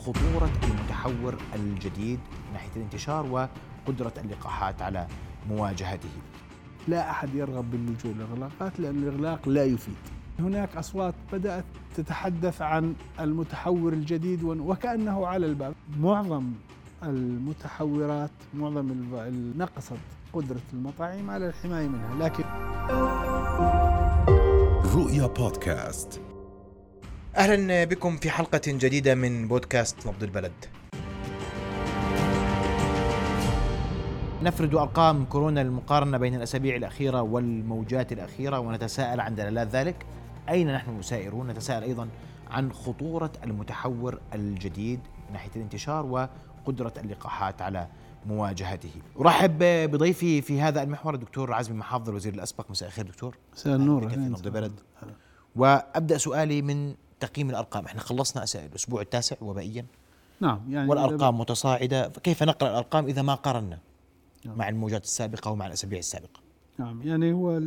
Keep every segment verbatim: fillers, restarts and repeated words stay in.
خطورة المتحور الجديد من ناحية الانتشار وقدرة اللقاحات على مواجهته. لا أحد يرغب باللجوء للإغلاقات لأن الإغلاق لا يفيد. هناك أصوات بدأت تتحدث عن المتحور الجديد وكأنه على الباب. معظم المتحورات معظم نقصت قدرة المطاعم على الحماية منها. لكن رؤيا بودكاست. أهلا بكم في حلقة جديدة من بودكاست نبض البلد. نفرد أرقام كورونا للمقارنة بين الأسابيع الأخيرة والموجات الأخيرة ونتساءل عن دلالات ذلك. أين نحن مسائرون؟ نتساءل أيضا عن خطورة المتحور الجديد من ناحية الانتشار وقدرة اللقاحات على مواجهته. أرحب بضيفي في هذا المحور الدكتور عزمي محافظ الوزير الأسبق. مساء الخير دكتور. مساء النور. في نبض البلد. وأبدأ سؤالي من تقييم الأرقام. احنا خلصنا الأسبوع التاسع وبائيا. نعم. يعني والأرقام متصاعدة، فكيف نقرأ الأرقام إذا ما قارنا نعم. مع الموجات السابقة ومع الأسابيع السابقة؟ نعم. يعني هو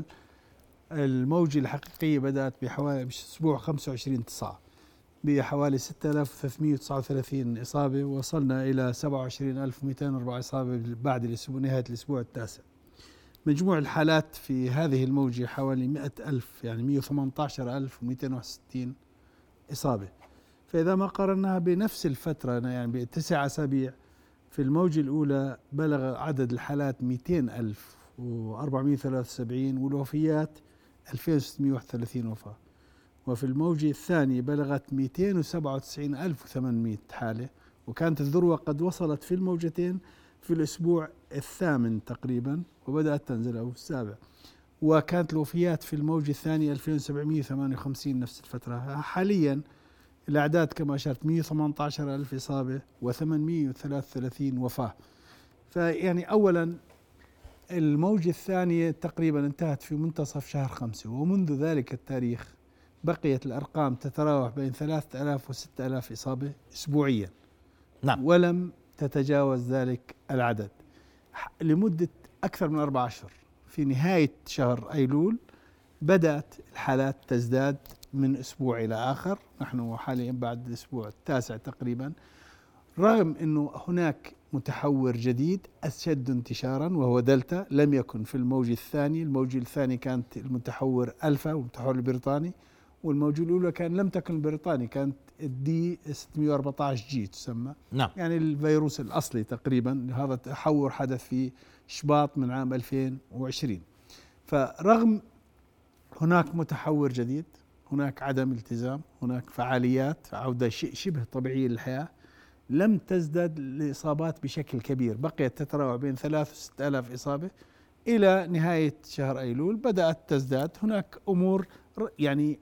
الموجة الحقيقية بدأت بحوالي بأسبوع خمسة وعشرين تسعة بحوالي ستة آلاف وثلاثمئة وتسعة وثلاثين إصابة، وصلنا إلى سبعة وعشرين ألف ومئتين وأربعة إصابة بعد الأسبوع نهاية الأسبوع التاسع. مجموع الحالات في هذه الموجة حوالي مئة ألف، يعني مئة وثمانية عشر ألف ومئتين وواحد وستين إصابة. فإذا ما قارناها بنفس الفترة يعني بتسع أسابيع في الموجة الأولى بلغ عدد الحالات مئتين ألف وأربعمئة وثلاثة وسبعين والوفيات ألفين وستمئة وواحد وثلاثين وفاة. وفي الموجة الثانية بلغت مئتين وسبعة وتسعين ألف وثمانمئة حالة، وكانت الذروة قد وصلت في الموجتين في الأسبوع الثامن تقريبا وبدأت تنزل أو السابع. وكانت الوفيات في الموجة الثانية ألفين وسبعمئة وثمانية وخمسين نفس الفترة. حاليا الأعداد كما أشرت مئة وثمانية عشر ألف إصابة وثمانمئة وثلاثة وثلاثين وفاة. فيعني أولا الموجة الثانية تقريبا انتهت في منتصف شهر خمسة، ومنذ ذلك التاريخ بقيت الأرقام تتراوح بين ثلاثة آلاف وستة آلاف إصابة أسبوعيا. نعم. ولم تتجاوز ذلك العدد لمدة أكثر من أربعة أشهر. في نهاية شهر أيلول بدأت الحالات تزداد من أسبوع إلى آخر. نحن حاليا بعد الأسبوع التاسع تقريبا، رغم أنه هناك متحور جديد أشد انتشارا وهو دلتا، لم يكن في الموجة الثانية. الموجة الثانية كانت المتحور ألفا والمتحور البريطاني، والموجة الأولى كان لم تكن البريطاني، كانت الدي ستمئة وأربعة عشر جي تسمى. نعم. يعني الفيروس الأصلي تقريبا. هذا التحور حدث في شباط من عام ألفين وعشرين. فرغم هناك متحور جديد، هناك عدم التزام، هناك فعاليات عودة شبه طبيعية للحياة، لم تزداد الإصابات بشكل كبير. بقيت تتراوح بين ثلاث وستة آلاف إصابة إلى نهاية شهر أيلول بدأت تزداد. هناك أمور يعني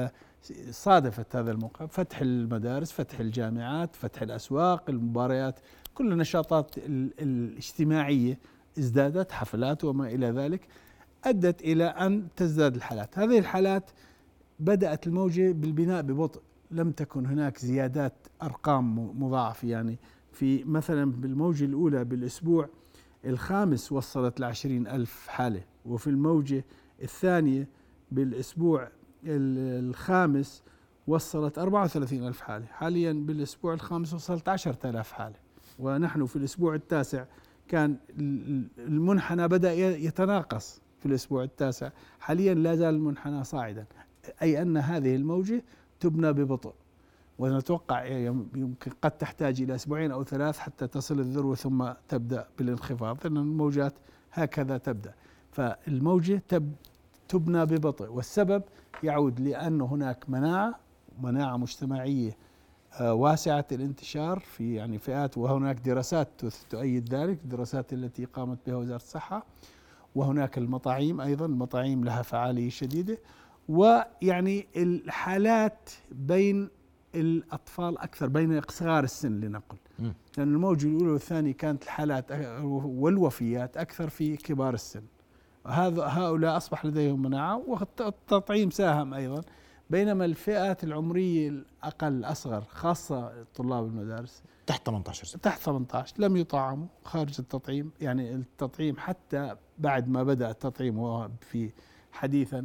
صادفت هذا الموقع: فتح المدارس، فتح الجامعات، فتح الأسواق، المباريات، كل النشاطات الاجتماعية ازدادت، حفلات وما إلى ذلك، أدت إلى أن تزداد الحالات. هذه الحالات بدأت الموجة بالبناء ببطء، لم تكن هناك زيادات أرقام مضاعفة. يعني في مثلا بالموجة الأولى بالأسبوع الخامس وصلت لعشرين ألف حالة، وفي الموجة الثانية بالأسبوع الخامس وصلت أربعة وثلاثين ألف حالة. حاليا بالأسبوع الخامس وصلت عشرة آلاف حالة، ونحن في الأسبوع التاسع كان المنحنى بدأ يتناقص في الأسبوع التاسع. حاليا لا زال المنحنى صاعدا، أي أن هذه الموجة تبنى ببطء، ونتوقع يمكن قد تحتاج إلى أسبوعين أو ثلاث حتى تصل الذروة ثم تبدأ بالانخفاض، لأن الموجات هكذا تبدأ. فالموجة تب تبنى ببطء، والسبب يعود لأن هناك مناعة مناعة مجتمعية واسعة الانتشار في يعني فئات، وهناك دراسات تؤيد ذلك، الدراسات التي قامت بها وزارة الصحة. وهناك المطاعيم أيضا، المطاعيم لها فعالية شديدة. ويعني الحالات بين الأطفال أكثر، بين صغار السن لنقل، لأن الموجة الأولى والثانية كانت الحالات والوفيات أكثر في كبار السن. هذا هؤلاء أصبح لديهم مناعة، والتطعيم ساهم أيضا. بينما الفئات العمرية الأقل أصغر، خاصة طلاب المدارس تحت ثمانية عشر سنة، تحت ثمانية عشر لم يطعموا خارج التطعيم. يعني التطعيم حتى بعد ما بدأ التطعيم في حديثا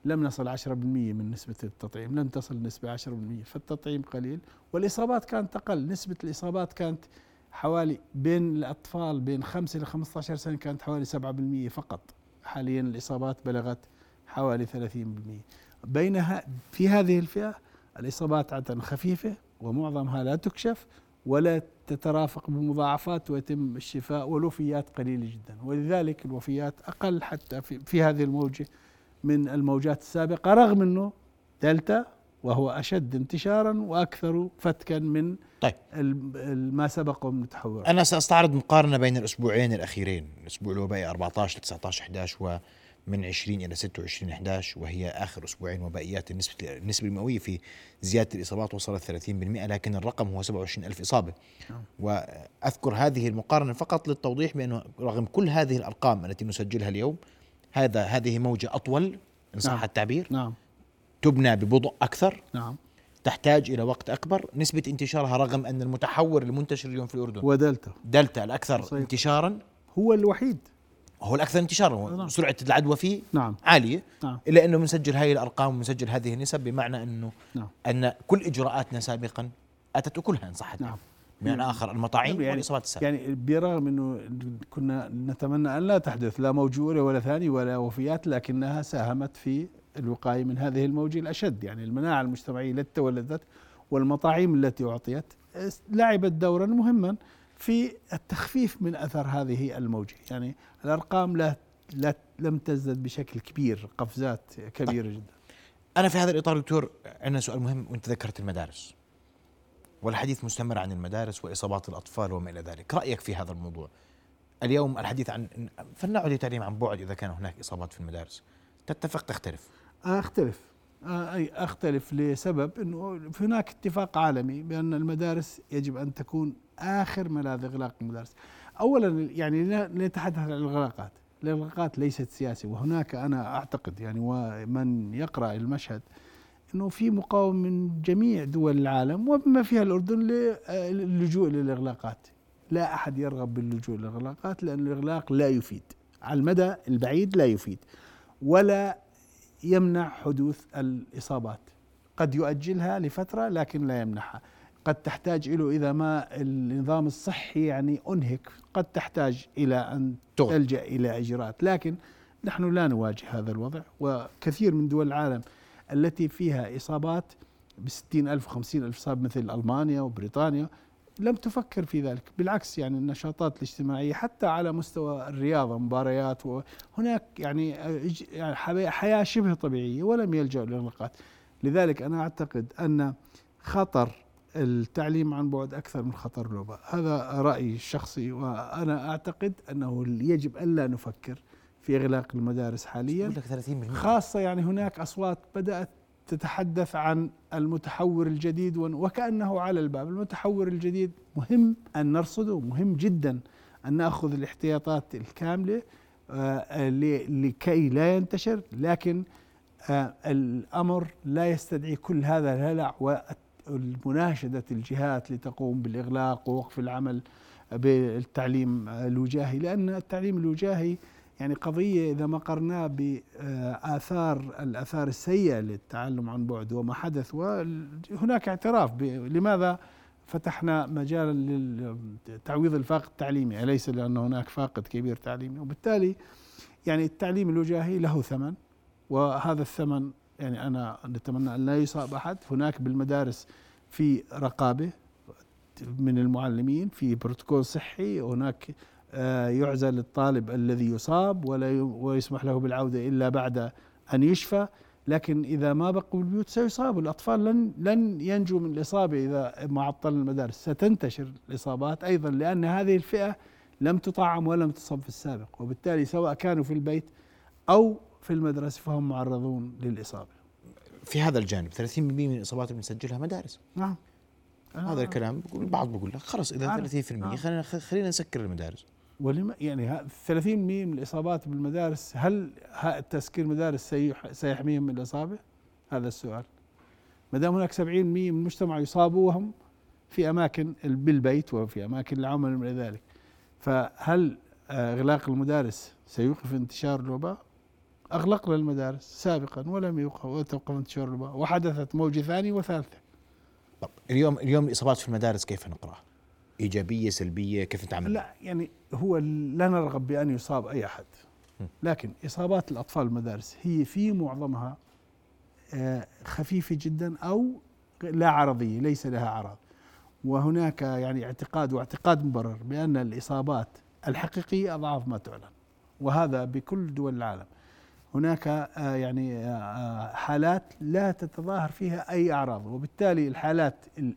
لم نصل عشرة بالمئة من نسبة التطعيم، لم تصل النسبة عشرة بالمئة، فالتطعيم قليل والإصابات كانت أقل. نسبة الإصابات كانت حوالي بين الأطفال بين خمسة إلى خمسة عشر سنة كانت حوالي سبعة بالمئة فقط، حاليا الإصابات بلغت حوالي ثلاثين بالمئة. بينها في هذه الفئة الإصابات عادة خفيفة ومعظمها لا تكشف ولا تترافق بمضاعفات ويتم الشفاء، والوفيات قليلة جدا، ولذلك الوفيات أقل حتى في, في هذه الموجة من الموجات السابقة، رغم أنه دلتا وهو أشد انتشارا وأكثر فتكا من طيب ما سبقه من التحور. أنا سأستعرض مقارنة بين الأسبوعين الأخيرين، الأسبوع الوبائي أربعة عشر تسعة عشر إحدى عشر ومن عشرين إلى ستة وعشرين إحدى عشر، وهي آخر أسبوعين وبائيات. النسبة النسبة المئوية في زيادة الإصابات وصلت ثلاثين بالمئة، لكن الرقم هو سبعة وعشرين ألف إصابة. وأذكر هذه المقارنة فقط للتوضيح بأنه رغم كل هذه الأرقام التي نسجلها اليوم، هذا هذه موجة أطول إن صح نعم. التعبير، نعم. تبنى ببطء أكثر، نعم. تحتاج إلى وقت أكبر. نسبة انتشارها رغم أن المتحور المنتشر اليوم في الأردن ودلتا دلتا الأكثر صحيح. انتشارا، هو الوحيد، هو الأكثر انتشارا، نعم. سرعة العدوى فيه نعم. عالية، نعم. إلا أنه بنسجل هذه الأرقام وبنسجل هذه النسب، بمعنى أنه نعم. أن كل إجراءاتنا سابقا أتت كلها إن صحت. نعم. بمعنى آخر المطاعيم يعني والإصابات السابقة، يعني برغم أنه كنا نتمنى أن لا تحدث لا موجة أولى ولا ثاني ولا وفيات، لكنها ساهمت في الوقاية من هذه الموجة الأشد. يعني المناعة المجتمعية التي تولدت والمطاعيم التي أعطيت لعبت دورا مهما في التخفيف من أثر هذه الموجة. يعني الأرقام لا, لا لم تزدد بشكل كبير، قفزات كبيرة طيب. جدا. أنا في هذا الإطار دكتور عندنا سؤال مهم، وأنت ذكرت المدارس والحديث مستمر عن المدارس وإصابات الأطفال وما إلى ذلك. رأيك في هذا الموضوع اليوم؟ الحديث عن فلنعد لتعليم عن بعد إذا كان هناك إصابات في المدارس، تتفق تختلف؟ أختلف أي أختلف لسبب أنه هناك اتفاق عالمي بأن المدارس يجب أن تكون آخر ملاذ إغلاق المدارس. أولا يعني نتحدث عن الإغلاقات، الإغلاقات ليست سياسية، وهناك أنا أعتقد يعني ومن يقرأ المشهد أنه في مقاومة من جميع دول العالم وبما فيها الأردن للجوء للإغلاقات. لا أحد يرغب باللجوء للإغلاقات، لأن الإغلاق لا يفيد على المدى البعيد، لا يفيد ولا يمنع حدوث الإصابات. قد يؤجلها لفترة لكن لا يمنعها. قد تحتاج إلى إذا ما النظام الصحي يعني أنهك، قد تحتاج إلى أن تلجأ إلى إجراءات، لكن نحن لا نواجه هذا الوضع. وكثير من دول العالم التي فيها إصابات بستين ألف وخمسين ألف إصابة مثل ألمانيا وبريطانيا لم تفكر في ذلك، بالعكس. يعني النشاطات الاجتماعية حتى على مستوى الرياضة مباريات، وهناك يعني حياة شبه طبيعية ولم يلجأوا للإغلاقات. لذلك أنا أعتقد أن خطر التعليم عن بعد أكثر من خطر الوباء. هذا رأيي الشخصي، وأنا أعتقد أنه يجب ألا نفكر في إغلاق المدارس حاليا، خاصة يعني هناك أصوات بدأت تتحدث عن المتحور الجديد وكأنه على الباب. المتحور الجديد مهم أن نرصده، مهم جدا أن نأخذ الاحتياطات الكاملة لكي لا ينتشر، لكن الأمر لا يستدعي كل هذا الهلع والمناشدة الجهات لتقوم بالإغلاق ووقف العمل بالتعليم الوجاهي، لأن التعليم الوجاهي يعني قضية إذا ما قرناه بآثار الآثار السيئة للتعلم عن بعد وما حدث، وهناك اعتراف لماذا فتحنا مجالا للتعويض الفاقد التعليمي، أليس لأن هناك فاقد كبير تعليمي؟ وبالتالي يعني التعليم الوجاهي له ثمن، وهذا الثمن يعني أنا نتمنى أن لا يصاب أحد. هناك بالمدارس في رقابة من المعلمين، في بروتوكول صحي، هناك يعزل الطالب الذي يصاب ولا ويسمح له بالعودة إلا بعد أن يشفى، لكن إذا ما بقوا بالبيوت سيصاب الأطفال، لن لن ينجو من الإصابة إذا ما عطل المدارس، ستنتشر الإصابات أيضا، لأن هذه الفئة لم تطعم ولم تصب في السابق، وبالتالي سواء كانوا في البيت أو في المدرسة فهم معرضون للإصابة. في هذا الجانب ثلاثين بالمئة من الإصابات اللي بنسجلها مدارس. نعم. آه. هذا الكلام البعض بيقول لك خلص إذا ثلاثين بالمئة خلينا خلينا نسكر المدارس. ولما يعني ثلاثين بالمئة من الإصابات بالمدارس، هل تسكير المدارس سيحميهم من الإصابة؟ هذا السؤال. ما دام هناك سبعين بالمئة من المجتمع يصابوا وهم في أماكن بالبيت وفي أماكن العمل من ذلك، فهل إغلاق المدارس سيوقف انتشار الوباء؟ أغلقنا المدارس سابقا ولم يوقف انتشار الوباء، وحدثت موجة ثانية وثالثة. طب اليوم اليوم الإصابات في المدارس كيف نقرأها؟ إيجابية سلبية كيف نتعامل؟ لا يعني هو لا نرغب بأن يصاب أي أحد، لكن إصابات الأطفال في المدارس هي في معظمها خفيفة جدا أو لا عرضية، ليس لها أعراض. وهناك يعني اعتقاد واعتقاد مبرر بأن الإصابات الحقيقية أضعاف ما تعلن، وهذا بكل دول العالم. هناك يعني حالات لا تتظاهر فيها أي أعراض، وبالتالي الحالات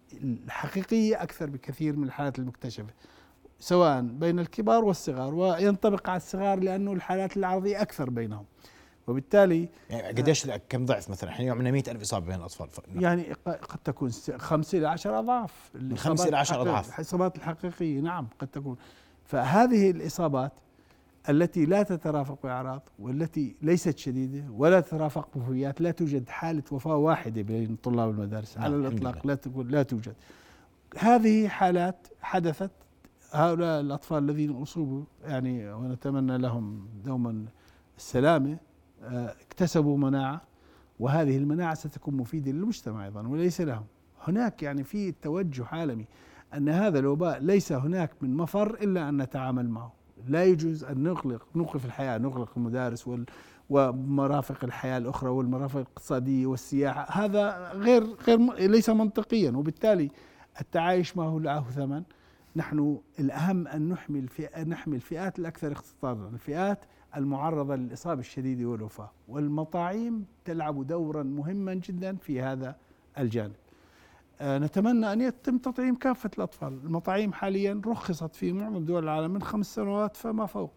الحقيقية أكثر بكثير من الحالات المكتشفة سواء بين الكبار والصغار، وينطبق على الصغار لأنه الحالات العرضية أكثر بينهم. وبالتالي يعني قديش كم ضعف مثلا؟ احنا عندنا مئة ألف إصابة بين الأطفال، يعني قد تكون خمسة إلى عشرة أضعاف، من خمسة إلى عشرة أضعاف الإصابات الحقيقية. نعم قد تكون. فهذه الإصابات التي لا تترافق بأعراض والتي ليست شديدة ولا تترافق بوفيات، لا توجد حالة وفاة واحدة بين طلاب المدارس على الإطلاق، لا تقول لا توجد. هذه حالات حدثت، هؤلاء الأطفال الذين أصيبوا يعني ونتمنى لهم دوما السلامة اكتسبوا مناعة، وهذه المناعة ستكون مفيدة للمجتمع أيضا وليس لهم. هناك يعني في توجه عالمي أن هذا الوباء ليس هناك من مفر إلا أن نتعامل معه. لا يجوز أن نغلق نوقف الحياة، نغلق المدارس وال ومرافق الحياة الأخرى والمرافق الاقتصادية والسياحة، هذا غير غير ليس منطقيا، وبالتالي التعايش معه له ثمن. نحن الأهم أن نحمي الفئة نحمي الفئات الأكثر اختصارا، الفئات المعرضة للإصابة الشديدة والوفاة، والمطاعيم تلعب دورا مهما جدا في هذا الجانب. آه نتمنى أن يتم تطعيم كافة الأطفال. المطاعيم حاليا رخصت في معظم دول العالم من خمس سنوات فما فوق،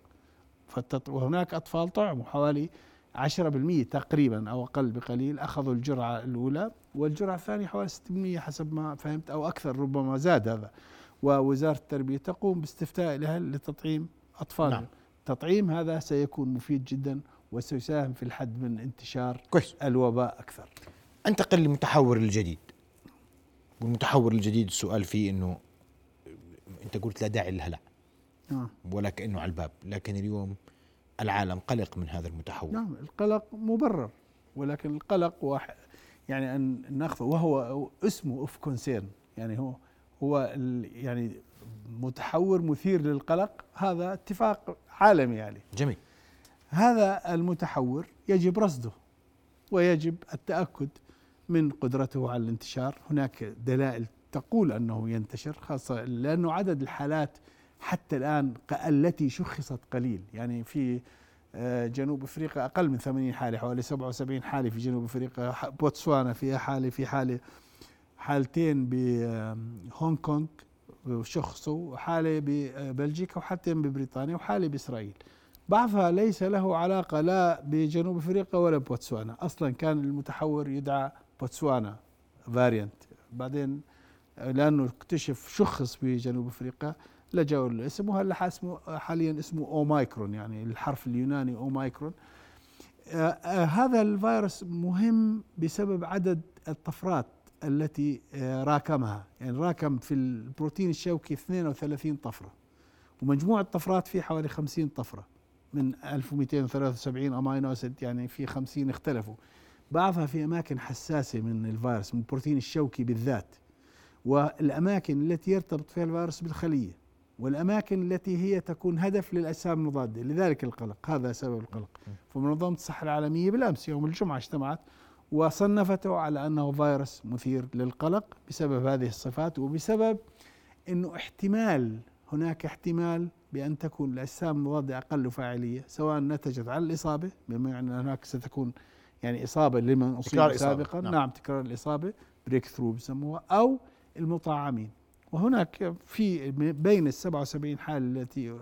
وهناك أطفال طعموا حوالي عشرة بالمئة تقريبا أو أقل بقليل أخذوا الجرعة الأولى، والجرعة الثانية حوالي ستة بالمئة حسب ما فهمت أو أكثر، ربما زاد هذا. ووزارة التربية تقوم باستفتاء الأهل لتطعيم أطفالهم. نعم. التطعيم هذا سيكون مفيد جدا وسيساهم في الحد من انتشار كويس. الوباء أكثر. انتقل للمتحور الجديد، والمتحور الجديد السؤال فيه إنه أنت قلت لا داعي للهلع آه. ولا كأنه على الباب، لكن اليوم العالم قلق من هذا المتحور. نعم القلق مبرر، ولكن القلق واحد يعني أن ناخذه وهو اسمه اوف كونسيرن، يعني هو هو يعني متحور مثير للقلق، هذا اتفاق عالمي عليه. جميل. هذا المتحور يجب رصده ويجب التأكد من قدرته على الانتشار. هناك دلائل تقول أنه ينتشر، خاصة لأنه عدد الحالات حتى الآن التي شخصت قليل، يعني في جنوب أفريقيا أقل من ثمانين حالة، حوالي سبعة وسبعين حالة في جنوب أفريقيا. بوتسوانا فيها حالة، في حالة حالتين بهونغ كونغ شخصوا، وحالة ببلجيكا وحالتين ببريطانيا وحالة بإسرائيل. بعضها ليس له علاقة لا بجنوب أفريقيا ولا بوتسوانا، أصلا كان المتحور يدعى بوتسوانا فاريانت، بعدين لأنه اكتشف شخص بجنوب أفريقيا لجأوا الاسم، وهلا اسمه حاليا اسمه أوميكرون، يعني الحرف اليوناني أوميكرون. آه آه هذا الفيروس مهم بسبب عدد الطفرات التي آه راكمها، يعني راكم في البروتين الشوكي اثنين وثلاثين طفرة، ومجموع الطفرات فيه حوالي خمسين طفرة من ألف ومئتين وثلاثة وسبعين أمينو أسيد، يعني في خمسين اختلفوا، بعضها في أماكن حساسة من الفيروس، من البروتين الشوكي بالذات، والأماكن التي يرتبط فيها الفيروس بالخلية، والأماكن التي هي تكون هدف للأجسام المضادة. لذلك القلق، هذا سبب القلق. فمنظمة الصحة العالمية بالأمس يوم الجمعة اجتمعت وصنفته على أنه فيروس مثير للقلق بسبب هذه الصفات، وبسبب أنه احتمال هناك احتمال بأن تكون الأجسام المضادة أقل فاعلية، سواء نتجت عن الإصابة، بما يعني هناك ستكون يعني إصابة لمن أصيب سابقا، نعم. نعم تكرار الإصابة بريك ثرو بسموها، أو المطعمين. وهناك في بين السبعة وسبعين حالة التي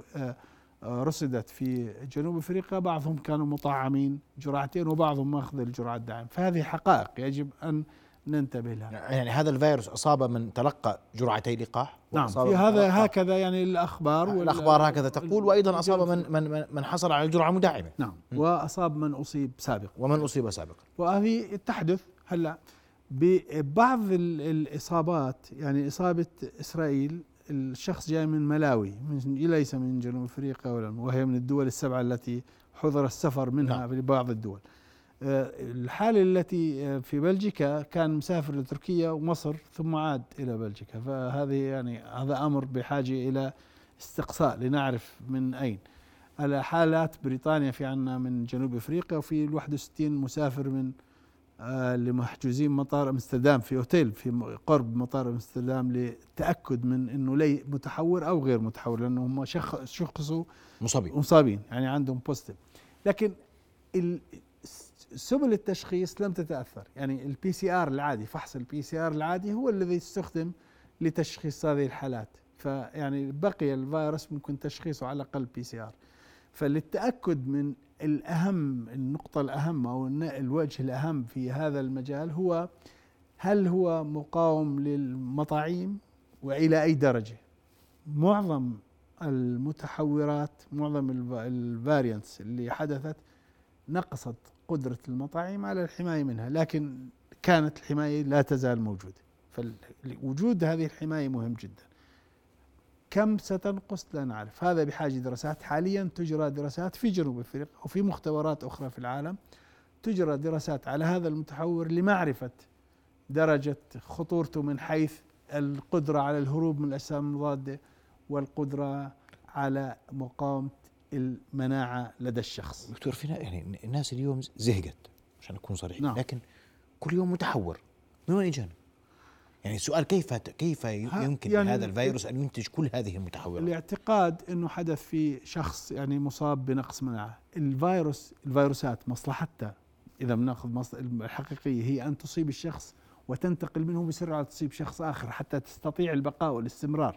رصدت في جنوب أفريقيا بعضهم كانوا مطعمين جرعتين وبعضهم ما أخذ الجرعة الداعمة، فهذه حقائق يجب أن ننتبه لها. يعني هذا الفيروس أصاب من تلقى جرعتي لقاح؟ نعم في هذا هكذا يعني الأخبار الأخبار هكذا تقول، وأيضا أصاب من من من حصل على الجرعة مدعمة. نعم م. وأصاب من أصيب سابقا ومن أصيب سابقا، وهذه تحدث هلا ببعض الإصابات. يعني إصابة إسرائيل، الشخص جاي من ملاوي، من ليس من جنوب أفريقيا ولا، وهي من الدول السبعة التي حظر السفر منها نعم. في بعض الدول. الحالة التي في بلجيكا كان مسافر لتركيا ومصر ثم عاد إلى بلجيكا، فهذه يعني هذا أمر بحاجة إلى استقصاء لنعرف من أين. على حالات بريطانيا في عنا من جنوب أفريقيا، وفي واحد وستين مسافر من آه اللي محجوزين مطار أمستردام في أوتيل في قرب مطار أمستردام للتأكد من أنه لي متحور أو غير متحور، لأنه هم شخصوا مصابين مصابين يعني عندهم بوزيتيف. لكن سبل التشخيص لم تتأثر. يعني البي سي آر العادي، فحص البي سي آر العادي هو الذي يستخدم لتشخيص هذه الحالات، فيعني بقي الفيروس ممكن تشخيصه على الأقل بي سي آر. فللتأكد من الأهم، النقطة الأهم أو الوجه الأهم في هذا المجال هو هل هو مقاوم للمطاعيم وإلى أي درجة. معظم المتحورات، معظم الفاريانتس اللي حدثت نقصت قدرة المطاعيم على الحماية منها، لكن كانت الحماية لا تزال موجودة. فوجود هذه الحماية مهم جدا. كم ستنقص لا نعرف، هذا بحاجة دراسات. حاليا تجرى دراسات في جنوب أفريقيا وفي مختبرات أخرى في العالم، تجرى دراسات على هذا المتحور لمعرفة درجة خطورته من حيث القدرة على الهروب من الأجسام المضادة والقدرة على مقاومة المناعة لدى الشخص. دكتور، فينا يعني الناس اليوم زهقت عشان أكون صريح، نعم. لكن كل يوم متحور، من وين إجانا؟ يعني السؤال كيف كيف يمكن يعني هذا الفيروس أن ينتج كل هذه المتحورات؟ الاعتقاد أنه حدث في شخص يعني مصاب بنقص مناعة. الفيروس الفيروسات مصلحتها إذا بناخذ الحقيقية هي أن تصيب الشخص وتنتقل منه بسرعة تصيب شخص آخر حتى تستطيع البقاء والاستمرار،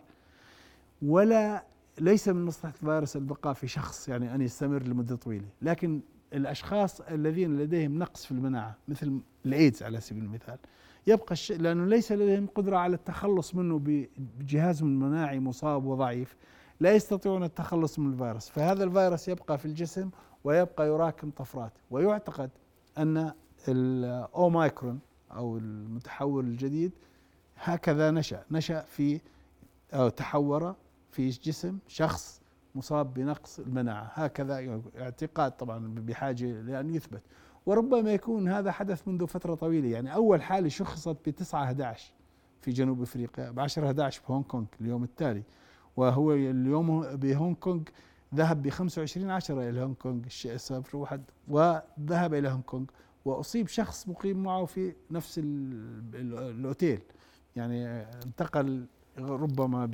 ولا ليس من مصلحة الفيروس البقاء في شخص يعني أن يستمر لمدة طويلة. لكن الأشخاص الذين لديهم نقص في المناعة مثل الإيدز على سبيل المثال يبقى الشيء، لأنه ليس لديهم قدرة على التخلص منه بجهازهم المناعي مصاب وضعيف، لا يستطيعون التخلص من الفيروس، فهذا الفيروس يبقى في الجسم ويبقى يراكم طفرات. ويعتقد أن الأوميكرون أو المتحور الجديد هكذا نشأ نشأ في أو تحور في جسم شخص مصاب بنقص المناعة، هكذا اعتقاد طبعا بحاجة لأن يثبت. وربما يكون هذا حدث منذ فترة طويلة. يعني أول حالة شخصت بتسعة أحد عشر في جنوب أفريقيا، بعشرة أحد عشر بهونغ كونغ اليوم التالي، وهو اليوم بهونغ كونغ ذهب بخمسة وعشرين عشرة إلى هونغ كونغ الشيء صفر واحد، وذهب إلى هونغ كونغ وأصيب شخص مقيم معه في نفس الأوتيل، يعني انتقل ربما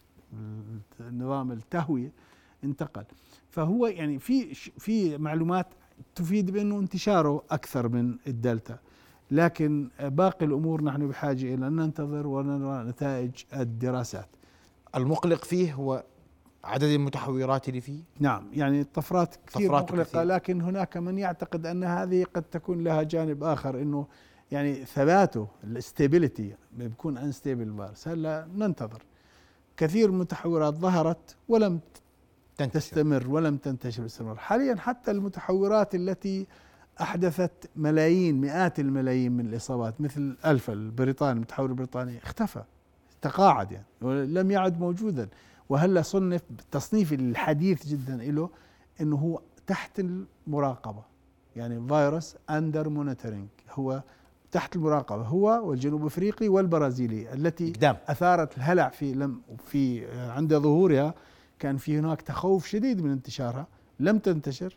بنظام التهوية انتقل. فهو يعني في في معلومات تفيد بأنه انتشاره أكثر من الدلتا، لكن باقي الأمور نحن بحاجة إلى أن ننتظر ونرى نتائج الدراسات. المقلق فيه هو عدد المتحورات اللي فيه. نعم، يعني الطفرات كثير مقلقة كثير. لكن هناك من يعتقد أن هذه قد تكون لها جانب آخر، أنه يعني ثباته الاستابيليتي بيكون انستيبل فيروس. هلا ننتظر. كثير من المتحورات ظهرت ولم تنتشر. تستمر ولم تنتشر باستمرار. حاليا حتى المتحورات التي أحدثت ملايين مئات الملايين من الإصابات مثل ألفا البريطاني، المتحور البريطاني اختفى تقاعد يعني ولم يعد موجودا. وهلا صنف التصنيف الحديث جدا له انه هو تحت المراقبة، يعني فيروس اندر مونيتورينج، هو تحت المراقبة، هو والجنوب افريقي والبرازيلي التي قدام. اثارت الهلع في لم في عند ظهورها كان في هناك تخوف شديد من انتشارها، لم تنتشر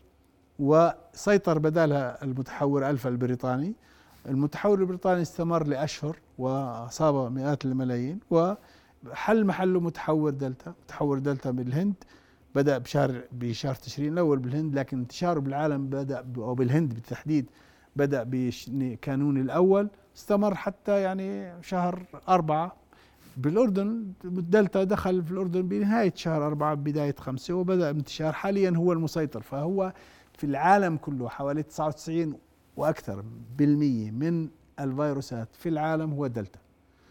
وسيطر بدالها المتحور ألفا البريطاني. المتحور البريطاني استمر لأشهر وأصاب مئات الملايين، وحل محله متحور دلتا. متحور دلتا بالهند بدأ بشهر بشهر تشرين الأول بالهند، لكن انتشاره بالعالم بدأ أو بالهند بالتحديد بدأ بكانون الأول، استمر حتى يعني شهر أربعة. بالأردن الدلتا دخل في الأردن بنهاية شهر أربعة بداية خمسة وبدأ انتشار. حاليا هو المسيطر، فهو في العالم كله حوالي تسعة وتسعين وأكثر بالمية من الفيروسات في العالم هو دلتا.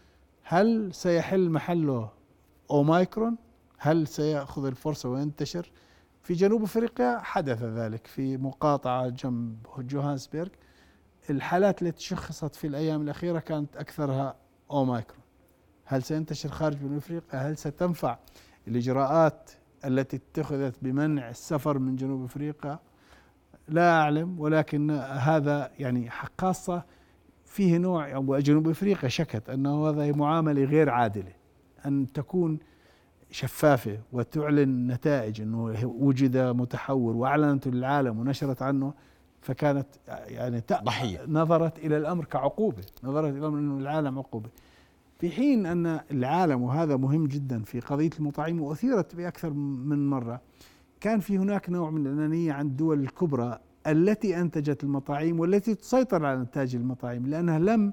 هل سيحل محله أوميكرون؟ هل سيأخذ الفرصة وينتشر؟ في جنوب أفريقيا حدث ذلك في مقاطعة جنب جوهانسبرغ. الحالات التي شخصت في الأيام الأخيرة كانت أكثرها أوميكرون. هل سينتشر خارج جنوب أفريقيا؟ هل ستنفع الإجراءات التي اتخذت بمنع السفر من جنوب أفريقيا لا أعلم، ولكن هذا يعني خاصة فيه نوع، وجنوب أفريقيا شكت أنه هذا معاملة غير عادلة، أن تكون شفافة وتعلن نتائج أنه وجد متحور وأعلنت للعالم ونشرت عنه، فكانت يعني ضحية، نظرت إلى الأمر كعقوبة، نظرت إلى الأمر أنه العالم عقوبة، في حين أن العالم، وهذا مهم جدا في قضية المطاعيم وأثيرت بأكثر من مرة، كان في هناك نوع من الأنانية عند الدول الكبرى التي أنتجت المطاعيم والتي تسيطر على إنتاج المطاعيم، لأنها لم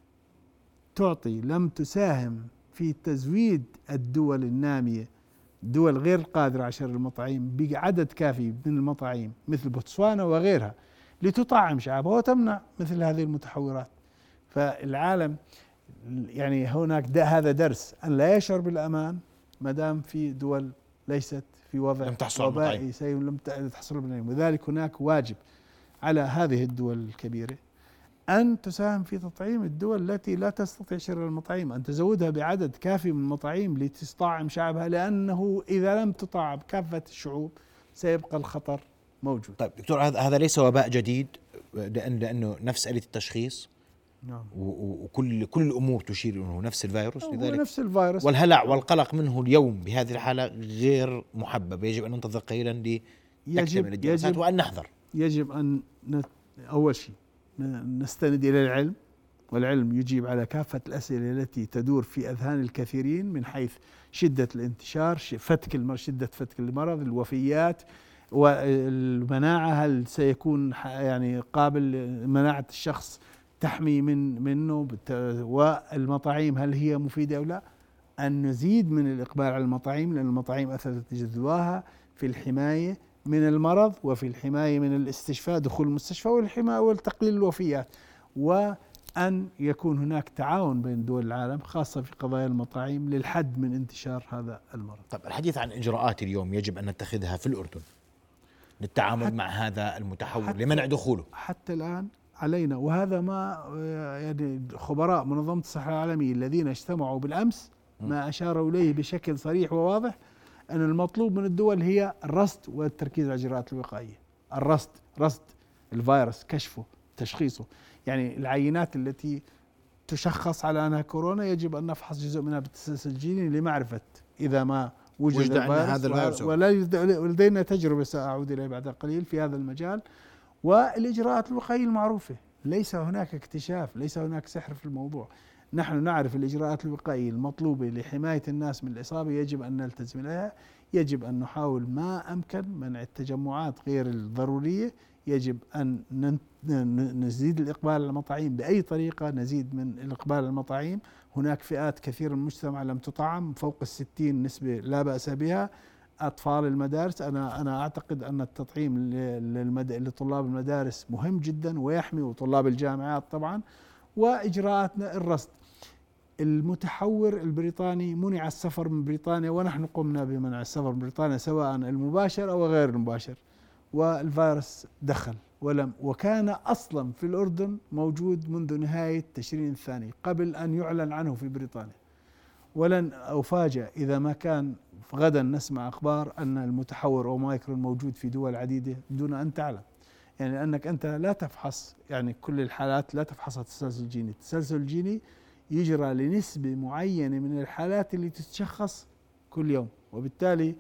تعطي لم تساهم في تزويد الدول النامية، الدول غير القادرة على شراء المطاعيم، بعدد كافي من المطاعيم مثل بوتسوانا وغيرها لتطعم شعبها وتمنع مثل هذه المتحورات. فالعالم يعني هناك هذا درس أن لا يشعر بالأمان ما دام في دول ليست في وضع لم تحصل وبائي لم تحصل بالأمان، وذلك هناك واجب على هذه الدول الكبيرة أن تساهم في تطعيم الدول التي لا تستطيع شراء المطاعيم، أن تزودها بعدد كافي من المطاعيم لتطعم شعبها، لأنه إذا لم تطعم كافة الشعوب سيبقى الخطر موجود. طيب دكتور، هذا هذا ليس وباء جديد، لأن لأنه نفس آلية التشخيص، نعم، وكل كل الأمور تشير إنه نفس الفيروس، لذلك نفس الفيروس، والهلع والقلق منه اليوم بهذه الحالة غير محبب. يجب أن ننتظر قليلا لتكتمل من الدراسات وأن نحذر. يجب أن أول شيء نستند إلى العلم، والعلم يجيب على كافة الأسئلة التي تدور في أذهان الكثيرين من حيث شدة الانتشار، فتك المرض، شدة فتك المرض، الوفيات، والمناعة، هل سيكون يعني قابل مناعة الشخص تحمي من منه، والمطاعيم هل هي مفيدة أو لا. أن نزيد من الإقبال على المطاعيم، لأن المطاعيم أثبتت جدواها في الحماية من المرض وفي الحماية من الاستشفاء، دخول المستشفى، والحماية والتقليل الوفيات، وأن يكون هناك تعاون بين دول العالم خاصة في قضايا المطاعيم للحد من انتشار هذا المرض. طب الحديث عن إجراءات اليوم يجب أن نتخذها في الأردن للتعامل مع هذا المتحور لمنع دخوله. حتى الآن علينا، وهذا ما يعني خبراء منظمة الصحة العالمية الذين اجتمعوا بالأمس ما أشاروا إليه بشكل صريح وواضح، أن المطلوب من الدول هي الرصد والتركيز على الإجراءات الوقائية. الرصد، رصد الفيروس، كشفه، تشخيصه، يعني العينات التي تشخص على أنها كورونا يجب أن نفحص جزء منها بالتسلسل الجيني لمعرفة إذا ما وجد, وجد هذا الفيروس، ولدينا تجربة سأعود إليها بعد قليل في هذا المجال. والإجراءات الوقائية المعروفة، ليس هناك اكتشاف، ليس هناك سحر في الموضوع. نحن نعرف الإجراءات الوقائية المطلوبة لحماية الناس من الإصابة يجب أن نلتزم لها، يجب أن نحاول ما أمكن منع التجمعات غير الضرورية، يجب أن نزيد الإقبال على المطاعيم بأي طريقة، نزيد من الإقبال على المطاعيم. هناك فئات كثيرة من المجتمع لم تطعم، فوق الستين نسبة لا بأس بها. أطفال المدارس، أنا أنا أعتقد أن التطعيم لطلاب المدارس مهم جدا ويحمي، وطلاب الجامعات طبعا. وإجراءاتنا الرصد، المتحور البريطاني منع السفر من بريطانيا، ونحن قمنا بمنع السفر من بريطانيا سواء المباشر أو غير المباشر، والفيروس دخل ولم، وكان أصلا في الأردن موجود منذ نهاية تشرين الثاني قبل أن يعلن عنه في بريطانيا. ولن أفاجأ إذا ما كان غدا نسمع أخبار أن المتحور أوميكرون موجود في دول عديدة بدون أن تعلم، يعني أنك أنت لا تفحص، يعني كل الحالات لا تفحصها التسلسل الجيني. التسلسل الجيني يجرى لنسبة معينة من الحالات اللي تتشخص كل يوم، وبالتالي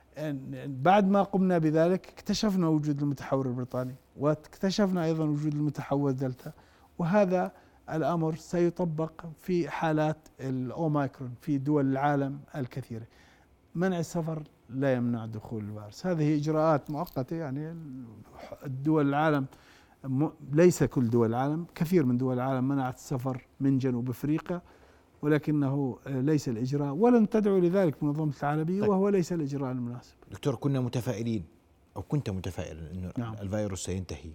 بعد ما قمنا بذلك اكتشفنا وجود المتحور البريطاني، واكتشفنا أيضا وجود المتحور دلتا، وهذا الأمر سيطبق في حالات الأوميكرون في دول العالم الكثيرة. منع السفر لا يمنع دخول الفيروس، هذه إجراءات مؤقتة. يعني الدول العالم، ليس كل دول العالم، كثير من دول العالم منعت السفر من جنوب أفريقيا، ولكنه ليس الإجراء، ولن تدعو لذلك منظمة العالمية، طيب. وهو ليس الإجراء المناسب. دكتور، كنا متفائلين أو كنت متفائلا أنه نعم. الفيروس سينتهي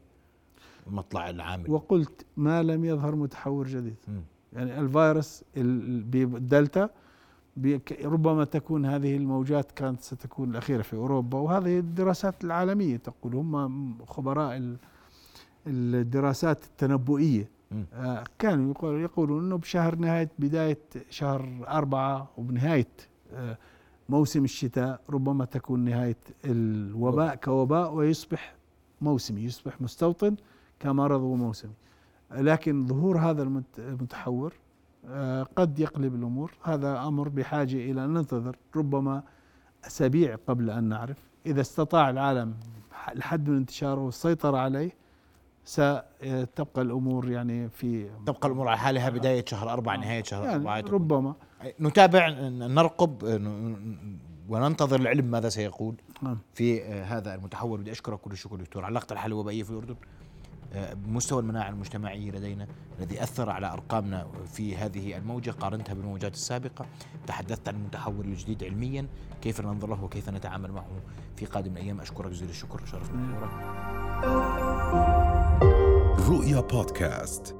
مطلع العام، وقلت ما لم يظهر متحور جديد. م. يعني الفيروس بالدلتا ربما تكون هذه الموجات كانت ستكون الأخيرة في أوروبا، وهذه الدراسات العالمية تقول، هم خبراء الدراسات التنبؤية آه كانوا يقولون أنه بشهر نهاية بداية شهر أربعة وبنهاية آه موسم الشتاء ربما تكون نهاية الوباء كوباء، ويصبح موسمي، يصبح مستوطن كمرض وموسمي. لكن ظهور هذا المتحور قد يقلب الأمور. هذا أمر بحاجة إلى أن ننتظر ربما أسابيع قبل أن نعرف. إذا استطاع العالم الحد من انتشاره والسيطرة عليه ستبقى الأمور يعني في تبقى الأمور على حالها بداية شهر أربعة نهاية شهر يعني أربعة ربما نتابع نرقب وننتظر العلم ماذا سيقول في هذا المتحور. بدي أشكرك كل الشكر دكتور. علاقة الحالة الوبائية في الأردن بمستوى المناعة المجتمعية لدينا الذي أثر على أرقامنا في هذه الموجة قارنتها بالموجات السابقة. تحدثت عن المتحور الجديد علميا، كيف ننظر له وكيف نتعامل معه في قادم الأيام. أشكرك جزيل الشكر، شرفنا. رؤيا بودكاست.